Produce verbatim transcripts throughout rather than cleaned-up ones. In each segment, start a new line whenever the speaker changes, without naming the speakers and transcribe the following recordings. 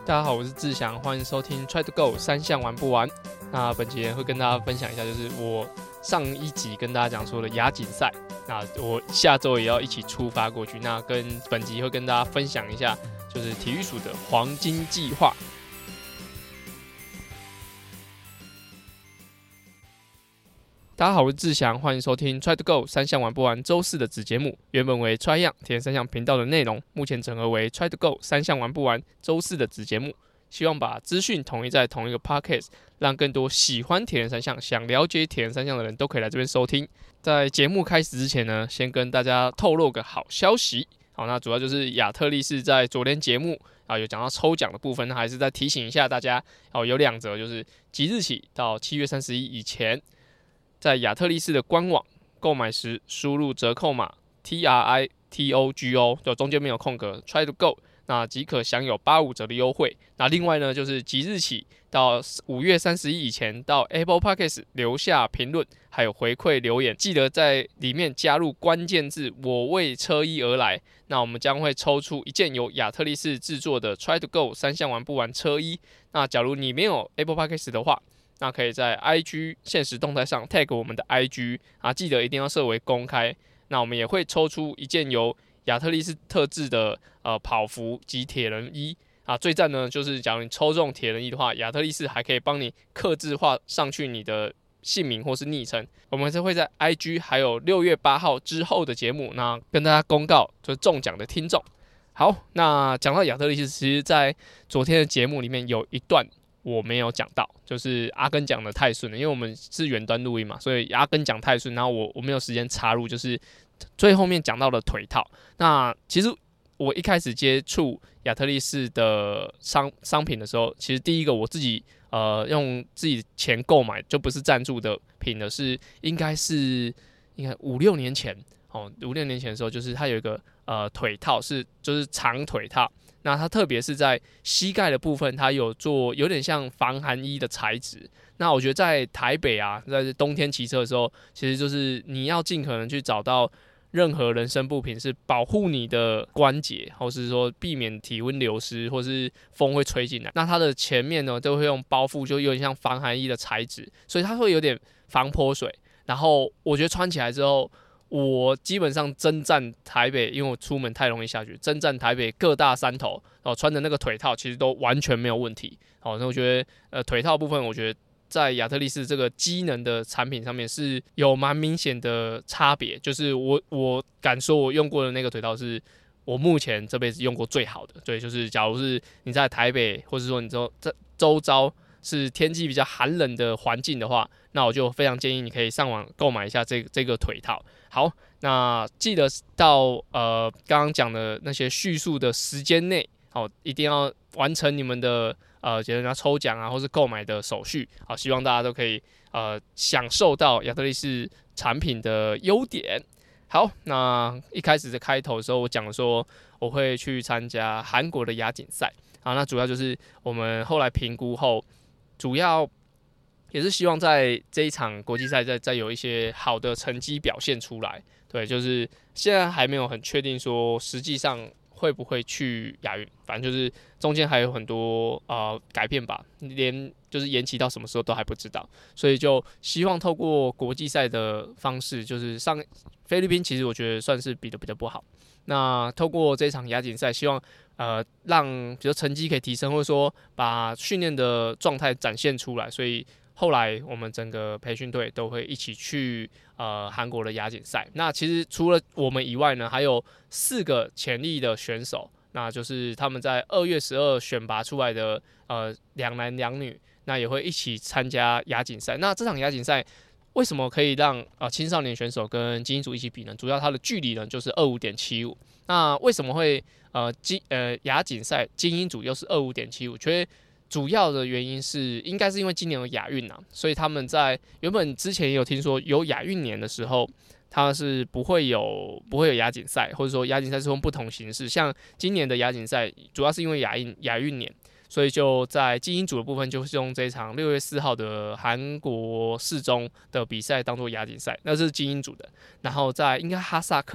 大家好，我是志祥，欢迎收听 Try to Go 三项玩不完。那本集会跟大家分享一下，就是我上一集跟大家讲说的亚锦赛，那我下周也要一起出发过去。那跟本集会跟大家分享一下，就是体育署的黄金计划。大家好，我是志祥，欢迎收听 Try to Go 三项玩不完周四的子节目。原本为 Try 样体验三项频道的内容，目前整合为 Try to Go 三项玩不完周四的子节目。希望把资讯统一在同一个 podcast， 让更多喜欢铁人三项、想了解铁人三项的人都可以来这边收听。在节目开始之前呢，先跟大家透露个好消息。好，那主要就是亚特力士在昨天节目啊有讲到抽奖的部分，那还是再提醒一下大家，哦，有两则，就是即日起到七月三十一以前，在亚特力士的官网购买时输入折扣码 T R I T O G O， 就中间没有空格 ，Try to Go。那即可享有八五折的优惠。那另外呢，就是即日起到五月三十一以前，到 Apple Podcast 留下评论，还有回馈留言，记得在里面加入关键字“我为车衣而来”。那我们将会抽出一件由亚特力士制作的 Try to Go 三项玩不完车衣。那假如你没有 Apple Podcast 的话，那可以在 I G 限时动态上 tag 我们的 I G 啊，记得一定要设为公开。那我们也会抽出一件由亚特力士特制的呃跑服及铁人衣啊，最赞呢就是假如你抽中铁人衣的话，亚特力士还可以帮你客制化上去你的姓名或是昵称。我们是会在 I G 还有六月八号之后的节目，那跟大家公告就是中奖的听众。好，那讲到亚特力士，其实在昨天的节目里面有一段我没有讲到，就是阿根讲的太顺了，因为我们是远端录音嘛，所以阿根讲太顺，然后我我没有时间插入，就是最后面讲到的腿套。那其实我一开始接触亚特力士的 商, 商品的时候，其实第一个我自己呃用自己钱购买，就不是赞助的品的是，应该是应该五六年前哦，五六年前的时候，就是它有一个呃腿套是就是长腿套。那它特别是在膝盖的部分，它有做有点像防寒衣的材质。那我觉得在台北啊，在冬天骑车的时候，其实就是你要尽可能去找到任何人身部品是保护你的关节，或是说避免体温流失，或是风会吹进来。那它的前面呢，都会用包覆，就有点像防寒衣的材质，所以它会有点防泼水。然后我觉得穿起来之后，我基本上征战台北，因为我出门太容易下雪，征战台北各大山头，哦，穿的那个腿套其实都完全没有问题。哦，那我觉得呃腿套部分，我觉得在亚特力士这个机能的产品上面是有蛮明显的差别。就是我我敢说，我用过的那个腿套是我目前这辈子用过最好的。对，就是假如是你在台北，或者说你周周遭是天气比较寒冷的环境的话，那我就非常建议你可以上网购买一下这个这个腿套。好，那记得到呃刚刚讲的那些叙述的时间内，好，一定要完成你们的呃，觉得要抽奖啊，或是购买的手续。好，希望大家都可以呃享受到亚特力士产品的优点。好，那一开始在开头的时候，我讲说我会去参加韩国的亚锦赛啊，那主要就是我们后来评估后，主要也是希望在这一场国际赛再再有一些好的成绩表现出来。对，就是现在还没有很确定说实际上会不会去亚运，反正就是中间还有很多呃改变吧，连就是延期到什么时候都还不知道，所以就希望透过国际赛的方式，就是上菲律宾其实我觉得算是比的比较不好，那透过这场亚锦赛，希望呃让比如成绩可以提升，或者说把训练的状态展现出来，所以后来我们整个培训队都会一起去呃韩国的亚锦赛。那其实除了我们以外呢，还有四个潜力的选手，那就是他们在二月十二选拔出来的呃两男两女，那也会一起参加亚锦赛。那这场亚锦赛为什么可以让呃青少年选手跟精英组一起比呢？主要它的距离呢就是二五点七五。那为什么会呃精呃亚锦赛精英组又是二五点七五？觉得主要的原因是，应该是因为今年有亚运啊，所以他们在原本之前也有听说有亚运年的时候，它是不会有不会有亚锦赛，或者说亚锦赛是用不同形式。像今年的亚锦赛，主要是因为亚运亚运年，所以就在精英组的部分，就是用这场六月四号的韩国世中的比赛当做亚锦赛，那是精英组的。然后在应该哈萨克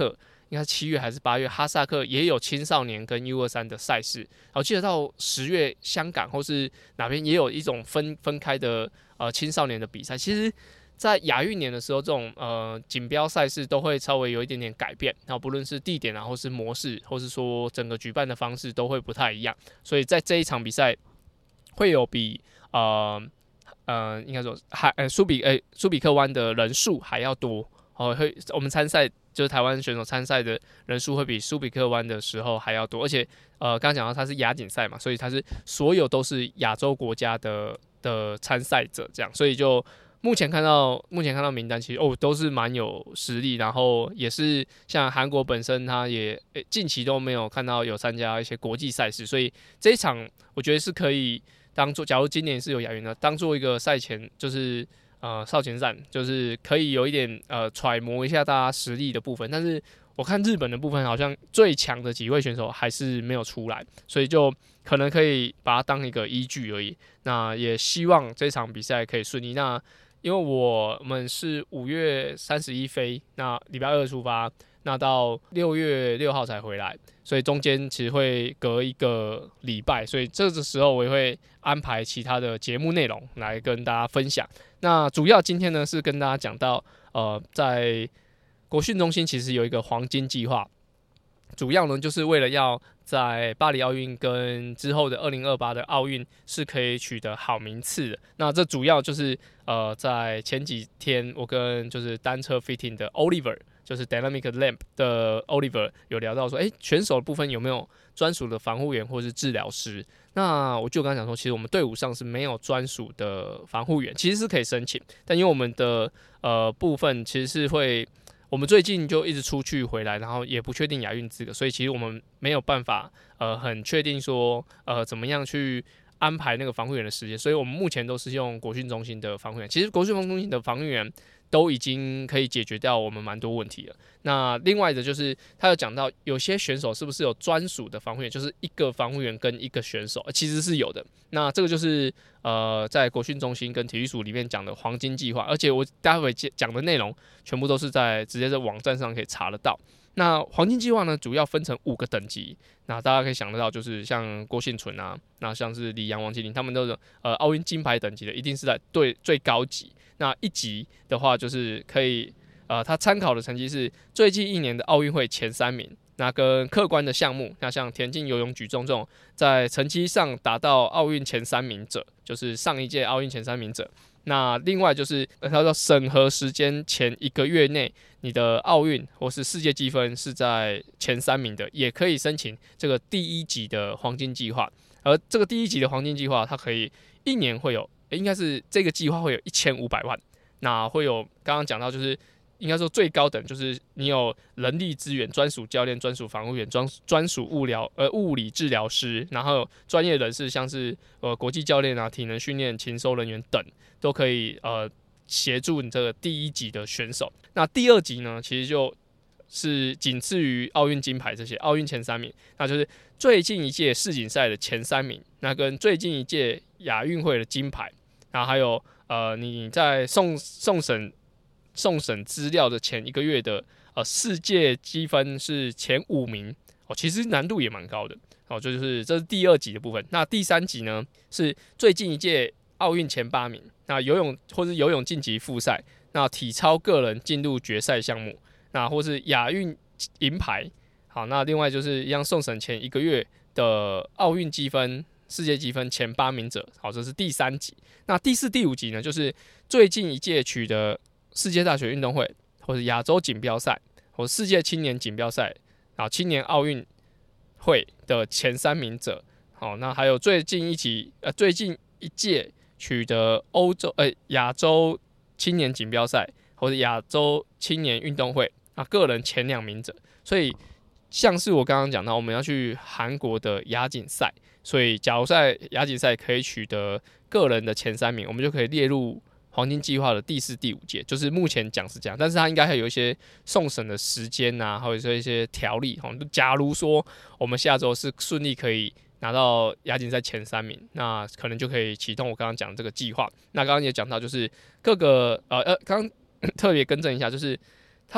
应该七月还是八月，哈萨克也有青少年跟 U 二三的赛事。我记得到十月香港或是哪边也有一种分分开的呃青少年的比赛。其实，在亚运年的时候，这种呃锦标赛事都会稍微有一点点改变，然后不论是地点啊，或是模式，或是说整个举办的方式都会不太一样。所以在这一场比赛会有比呃呃应该说还呃苏比呃苏比克湾的人数还要多哦，会我们参赛就是台湾选手参赛的人数会比苏比克湾的时候还要多，而且呃刚刚讲到它是亚锦赛嘛，所以它是所有都是亚洲国家的的参赛者这样，所以就。目前看到，目前看到名单，其实哦都是蛮有实力，然后也是像韩国本身，他也、欸、近期都没有看到有参加一些国际赛事，所以这一场我觉得是可以当做，假如今年是有亚运的，当做一个赛前就是呃少前战，就是可以有一点呃揣摩一下大家实力的部分，但是我看日本的部分好像最强的几位选手还是没有出来，所以就可能可以把它当一个依据而已。那也希望这场比赛可以顺利。那因为我们是五月三十一飞，那礼拜二出发，那到六月六号才回来，所以中间其实会隔一个礼拜，所以这个时候我也会安排其他的节目内容来跟大家分享。那主要今天呢是跟大家讲到，呃，在国训中心其实有一个黄金计划，主要呢就是为了要在巴黎奥运跟之后的二零二八的奥运是可以取得好名次的。那这主要就是呃，在前几天我跟就是单车 fitting 的 Oliver， 就是 Dynamic Lamp 的 Oliver 有聊到说，哎，选手的部分有没有专属的防护员或是治疗师？那我就跟他讲说，其实我们队伍上是没有专属的防护员，其实是可以申请，但因为我们的呃部分其实是会。我们最近就一直出去回来，然后也不确定亚运资格，所以其实我们没有办法呃很确定说呃怎么样去安排那个防护员的时间，所以我们目前都是用国训中心的防护员。其实国训中心的防护员都已经可以解决掉我们蛮多问题了。那另外的就是他有讲到有些选手是不是有专属的防护员，就是一个防护员跟一个选手，其实是有的。那这个就是呃在国训中心跟体育署里面讲的黄金计划，而且我待会讲的内容全部都是在直接在网站上可以查得到。那黄金计划呢，主要分成五个等级。那大家可以想得到，就是像郭婞淳啊，那像是李洋、王麒麟，他们都是呃奥运金牌等级的，一定是在对最高级。那一级的话，就是可以呃，他参考的成绩是最近一年的奥运会前三名。那跟客观的项目，那像田径、游泳、举重这种，在成绩上达到奥运前三名者，就是上一届奥运前三名者。那另外就是他说审核时间前一个月内，你的奥运或是世界积分是在前三名的，也可以申请这个第一级的黄金计划。而这个第一级的黄金计划，它可以一年会有，应该是这个计划会有一千五百万。那会有刚刚讲到就是。应该说最高等就是你有人力资源、专属教练、专属防护员、专专属物疗呃物理治疗师，然后专业人士像是呃国际教练啊、体能训练、勤收人员等，都可以呃协助你这个第一级的选手。那第二级呢，其实就是仅次于奥运金牌这些奥运前三名，那就是最近一届世锦赛的前三名，那跟最近一届亚运会的金牌，然后还有呃你在送送审。送审资料的前一个月的呃世界积分是前五名哦，其实难度也蛮高的哦，就是这是第二级的部分。那第三级呢是最近一届奥运前八名，那游泳或是游泳晋级复赛，那体操个人进入决赛项目，那或是亚运银牌。好，那另外就是一样送审前一个月的奥运积分、世界积分前八名者，好，这是第三级。那第四、第五级呢，就是最近一届取得世界大学运动会，或者亚洲锦标赛，或世界青年锦标赛，然后青年奥运会的前三名者，好，那还有最近一期呃最近一届取得欧洲呃亚洲青年锦标赛或者亚洲青年运动会啊个人前两名者，所以像是我刚刚讲到，我们要去韩国的亚锦赛，所以假如在亚锦赛可以取得个人的前三名，我们就可以列入黄金计划的第四、第五届，就是目前讲是这样，但是它应该还有一些送审的时间啊，或者说一些条例。假如说我们下周是顺利可以拿到亚锦赛前三名，那可能就可以启动我刚刚讲的这个计划。那刚刚也讲到，就是各个呃呃，刚刚特别更正一下，就是他在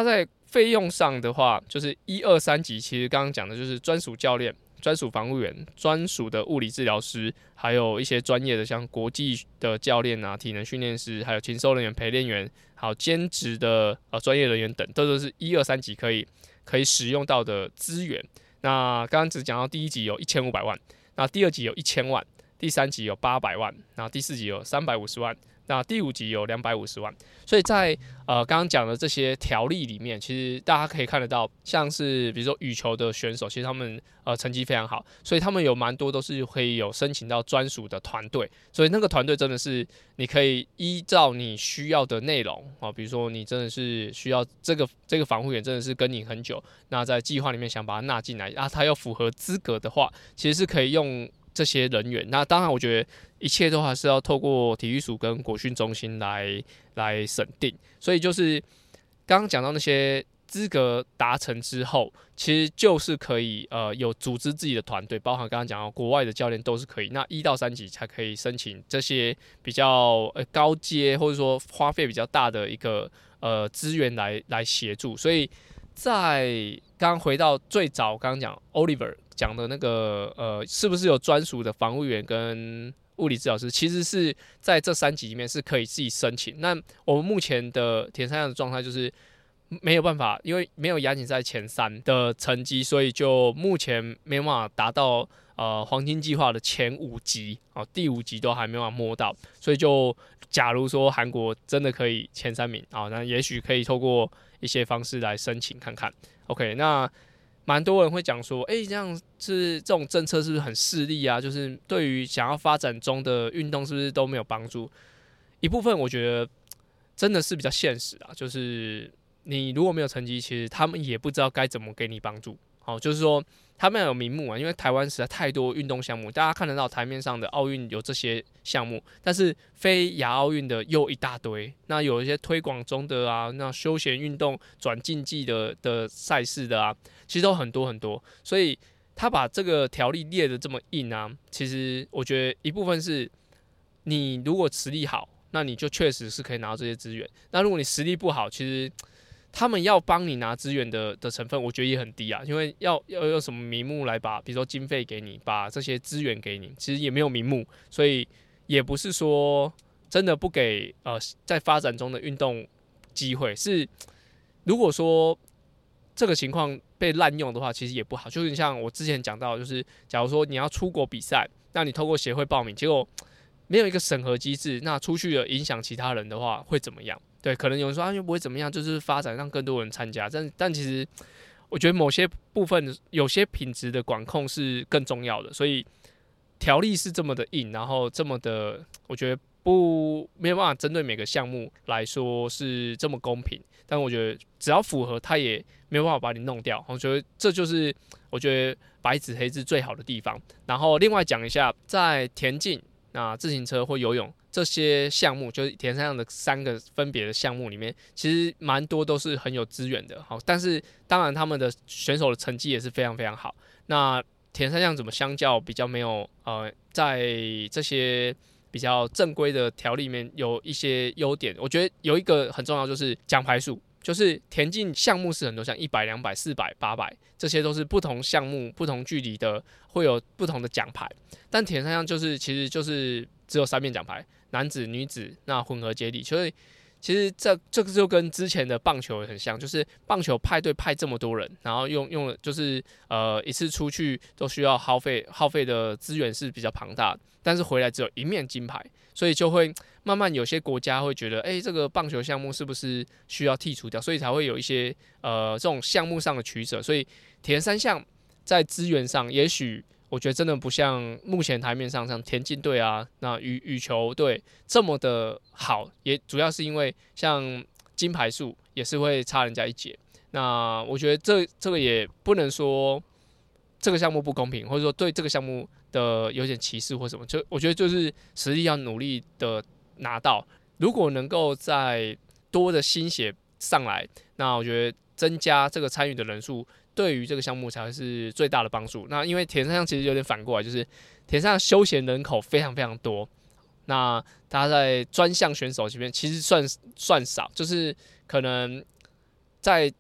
费用上的话，就是一二三级，其实刚刚讲的就是专属教练、专属防护员、专属的物理治疗师，还有一些专业的像国际的教练啊、体能训练师，还有禽兽人员、陪练员，还有兼职的呃专业人员等，这都是一二三级可以可以使用到的资源。那刚刚只讲到第一级有一千五百万，那第二级有一千万，第三级有八百万，然后第四级有三百五十万。那第五集有两百五十万，所以在呃刚刚讲的这些条例里面，其实大家可以看得到，像是比如说羽球的选手，其实他们呃成绩非常好，所以他们有蛮多都是可以有申请到专属的团队，所以那个团队真的是你可以依照你需要的内容啊，比如说你真的是需要这个这个防护员真的是跟你很久，那在计划里面想把它纳进来啊，他要符合资格的话，其实是可以用这些人员。那当然，我觉得一切都还是要透过体育署跟国训中心来来审定。所以就是刚刚讲到那些资格达成之后，其实就是可以呃有组织自己的团队，包含刚刚讲到国外的教练都是可以。那一到三级才可以申请这些比较呃高阶或者说花费比较大的一个呃资源来来协助。所以在刚刚回到最早刚刚讲 Oliver 讲的那个呃，是不是有专属的防护员跟物理治疗师？其实是在这三级里面是可以自己申请。那我们目前的田三项的状态就是没有办法，因为没有亚锦赛前三的成绩，所以就目前没办法达到呃黄金计划的前五级哦，第五级都还没办法摸到。所以就假如说韩国真的可以前三名啊、哦，那也许可以透过一些方式来申请看看。OK， 那蛮多人会讲说，哎、欸，这样是这种政策是不是很势利啊？就是对于想要发展中的运动，是不是都没有帮助？一部分我觉得真的是比较现实啊，就是你如果没有成绩，其实他们也不知道该怎么给你帮助。好，就是说他们有名目啊，因为台湾实在太多运动项目，大家看得到台面上的奥运有这些项目，但是非亚奥运的又一大堆。那有一些推广中的啊，那休闲运动转竞技的的赛事的啊，其实都很多很多。所以他把这个条例列得这么硬啊，其实我觉得一部分是你如果实力好，那你就确实是可以拿到这些资源。那如果你实力不好，其实他们要帮你拿资源的的成分，我觉得也很低啊，因为要要用什么名目来把，比如说经费给你，把这些资源给你，其实也没有名目，所以也不是说真的不给呃在发展中的运动机会。是如果说这个情况被滥用的话，其实也不好。就是像我之前讲到，就是假如说你要出国比赛，那你透过协会报名，结果没有一个审核机制，那出去了影响其他人的话，会怎么样？对，可能有人说啊，又不会怎么样，就是发展让更多人参加。但但其实，我觉得某些部分有些品质的管控是更重要的。所以条例是这么的硬，然后这么的，我觉得不没有办法针对每个项目来说是这么公平。但我觉得只要符合，它也没有办法把你弄掉。我觉得这就是我觉得白纸黑字最好的地方。然后另外讲一下，在田径、那自行车或游泳这些项目，就是田三项的三个分别的项目里面，其实蛮多都是很有资源的。好，但是当然他们的选手的成绩也是非常非常好。那田三项怎么相较比较没有呃，在这些比较正规的条例里面有一些优点？我觉得有一个很重要，就是奖牌数。就是田径项目是很多，像一百、两百、四百、八百，这些都是不同项目、不同距离的，会有不同的奖牌。但田三项就是其实就是只有三面奖牌，男子、女子，那混合接力。所以其实这这个就跟之前的棒球很像，就是棒球派队派这么多人，然后用用了就是呃一次出去都需要耗费耗费的资源是比较庞大的，但是回来只有一面金牌，所以就会慢慢有些国家会觉得，哎、欸，这个棒球项目是不是需要剔除掉？所以才会有一些呃这种项目上的取舍。所以田三项在资源上，也许我觉得真的不像目前台面上像田径队啊，那羽羽球队这么的好，也主要是因为像金牌数也是会差人家一截。那我觉得这这个也不能说这个项目不公平，或者说对这个项目的有点歧视或什么，就我觉得就是实力要努力的拿到。如果能够再多的心血上来，那我觉得增加这个参与的人数，对于这个项目才是最大的帮助。那因为田三项其实有点反过来，就是田三项休闲人口非常非常多，那他在专项选手这边其实算算少，就是可能在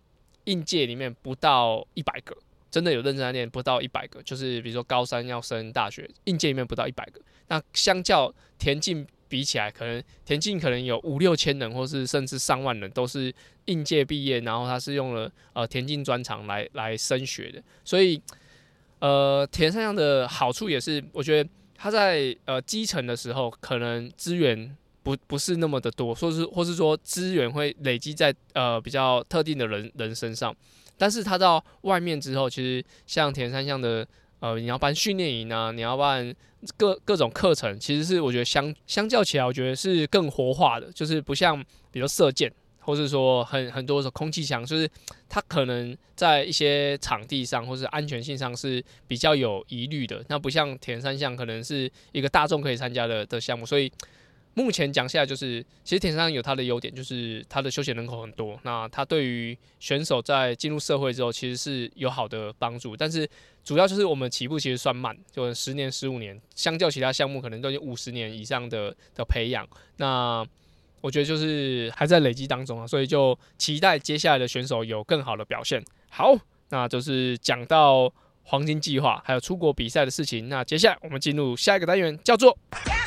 应届里面不到一百个，真的有认真在练不到一百个，就是比如说高三要升大学，应届里面不到一百个。那相较田径比起来，可能田径可能有五六千人，或是甚至上万人，都是应届毕业，然后他是用了呃田径专长来来升学的。所以呃田三项的好处也是，我觉得他在呃基层的时候，可能资源不不是那么的多，或是或是说资源会累积在呃比较特定的人人身上。但是他到外面之后，其实像田三项的呃，你要办训练营啊，你要办各各种课程，其实是我觉得相相较起来，我觉得是更活化的，就是不像比如射箭，或是说很很多的空气枪，就是它可能在一些场地上或是安全性上是比较有疑虑的。那不像田三项可能是一个大众可以参加的的项目，所以目前讲下来，就是其实田三项有它的优点，就是它的休闲人口很多，那它对于选手在进入社会之后，其实是有好的帮助。但是主要就是我们起步其实算慢，就十年、十五年，相较其他项目可能都有五十年以上的的培养。那我觉得就是还在累积当中啊，所以就期待接下来的选手有更好的表现。好，那就是讲到黄金计划还有出国比赛的事情。那接下来我们进入下一个单元，叫做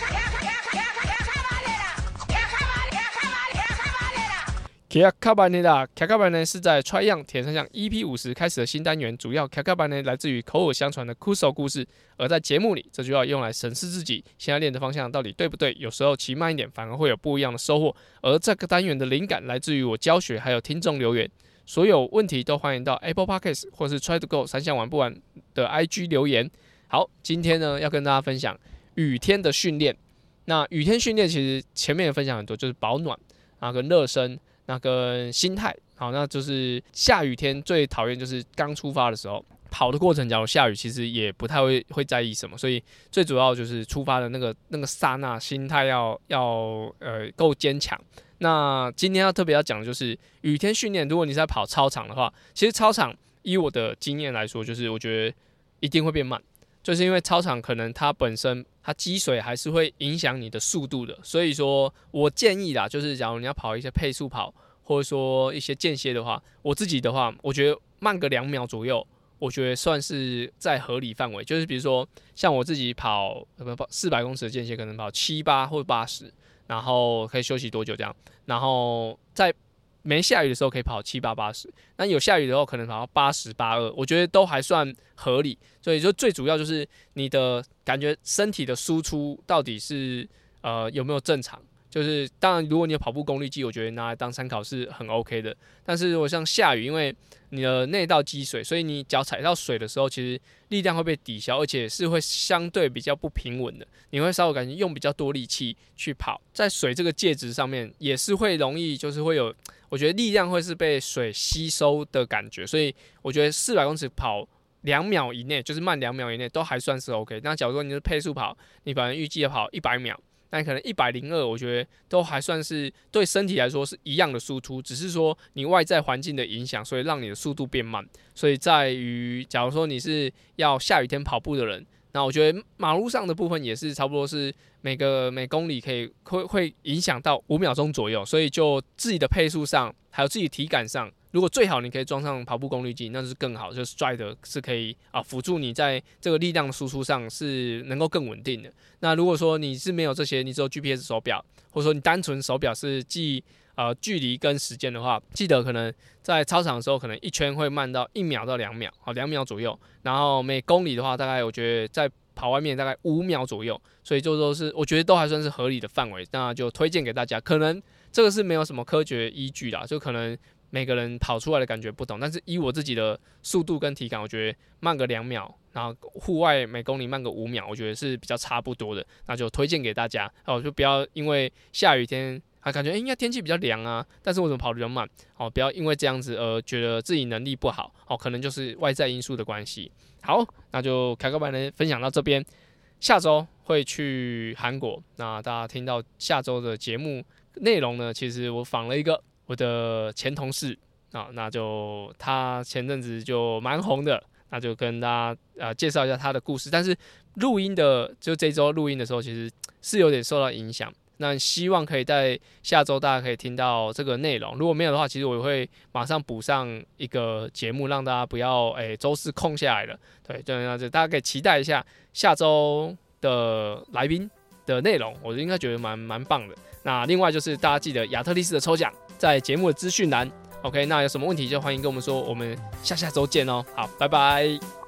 卡卡班内啦，卡卡班呢是在 Try Young 田三项 E P 五十开始的新单元，主要卡卡班呢来自于口耳相传的酷手故事，而在节目里，这就要用来审视自己现在练的方向到底对不对。有时候骑慢一点，反而会有不一样的收获。而这个单元的灵感来自于我教学，还有听众留言。所有问题都欢迎到 Apple Podcast 或是 Try to Go 三项玩不完的 I G 留言。好，今天呢要跟大家分享雨天的训练。那雨天训练其实前面也分享很多，就是保暖，然后跟热身。那跟心态，好，那就是下雨天最讨厌就是刚出发的时候，跑的过程，假如下雨，其实也不太会会在意什么，所以最主要就是出发的那个那个刹那，心态要要呃够坚强。那今天要特别要讲的就是雨天训练，如果你是在跑操场的话，其实操场以我的经验来说，就是我觉得一定会变慢。就是因为操场可能它本身它积水还是会影响你的速度的，所以说我建议啦，就是假如你要跑一些配速跑，或者说一些间歇的话，我自己的话，我觉得慢个两秒左右，我觉得算是在合理范围。就是比如说像我自己跑四百公尺的间歇，可能跑七八或八十，然后可以休息多久这样，然后在没下雨的时候可以跑七八八十，那有下雨的时候可能跑到八十八二，我觉得都还算合理。所以就最主要就是你的感觉身体的输出到底是呃有没有正常。就是当然，如果你有跑步功率计，我觉得拿来当参考是很 OK 的。但是如果像下雨，因为你的内道积水，所以你脚踩到水的时候，其实力量会被抵消，而且是会相对比较不平稳的。你会稍微感觉用比较多力气去跑，在水这个介质上面也是会容易，就是会有，我觉得力量会是被水吸收的感觉。所以我觉得四百公尺跑两秒以内，就是慢两秒以内都还算是 OK。那假如说你是配速跑，你本来预计要跑一百秒。但可能一百零二，我觉得都还算是对身体来说是一样的输出，只是说你外在环境的影响，所以让你的速度变慢。所以在于，假如说你是要下雨天跑步的人，那我觉得马路上的部分也是差不多是每个每公里可以会会影响到五秒钟左右，所以就自己的配速上，还有自己体感上。如果最好你可以装上跑步功率计，那就是更好，就是 Stride 是可以啊辅助你在这个力量输出上是能够更稳定的。那如果说你是没有这些，你只有 G P S 手表，或者说你单纯手表是记呃距离跟时间的话，记得可能在操场的时候，可能一圈会慢到一秒到两秒，好两秒左右。然后每公里的话，大概我觉得在跑外面大概五秒左右，所以就都是我觉得都还算是合理的范围，那就推荐给大家。可能这个是没有什么科学依据啦，就可能。每个人跑出来的感觉不同，但是以我自己的速度跟体感，我觉得慢个两秒，然后户外每公里慢个五秒，我觉得是比较差不多的，那就推荐给大家哦，就不要因为下雨天还感觉哎、欸、应该天气比较凉啊，但是为什么跑得比较慢哦？不要因为这样子而觉得自己能力不好哦，可能就是外在因素的关系。好，那就凯哥版的分享到这边，下周会去韩国，那大家听到下周的节目内容呢，其实我访了一个。我的前同事啊，那就他前阵子就蛮红的，那就跟大家呃介绍一下他的故事。但是录音的就这周录音的时候，其实是有点受到影响。 那希望可以在下周大家可以听到这个内容。如果没有的话，其实我也会马上补上一个节目，让大家不要诶周四空下来了。对，就那这大家可以期待一下下周的来宾的内容，我应该觉得蛮蛮棒的。那另外就是大家记得亚特力士的抽奖在节目的资讯栏。OK， 那有什么问题就欢迎跟我们说，我们下下周见哦。好，拜拜。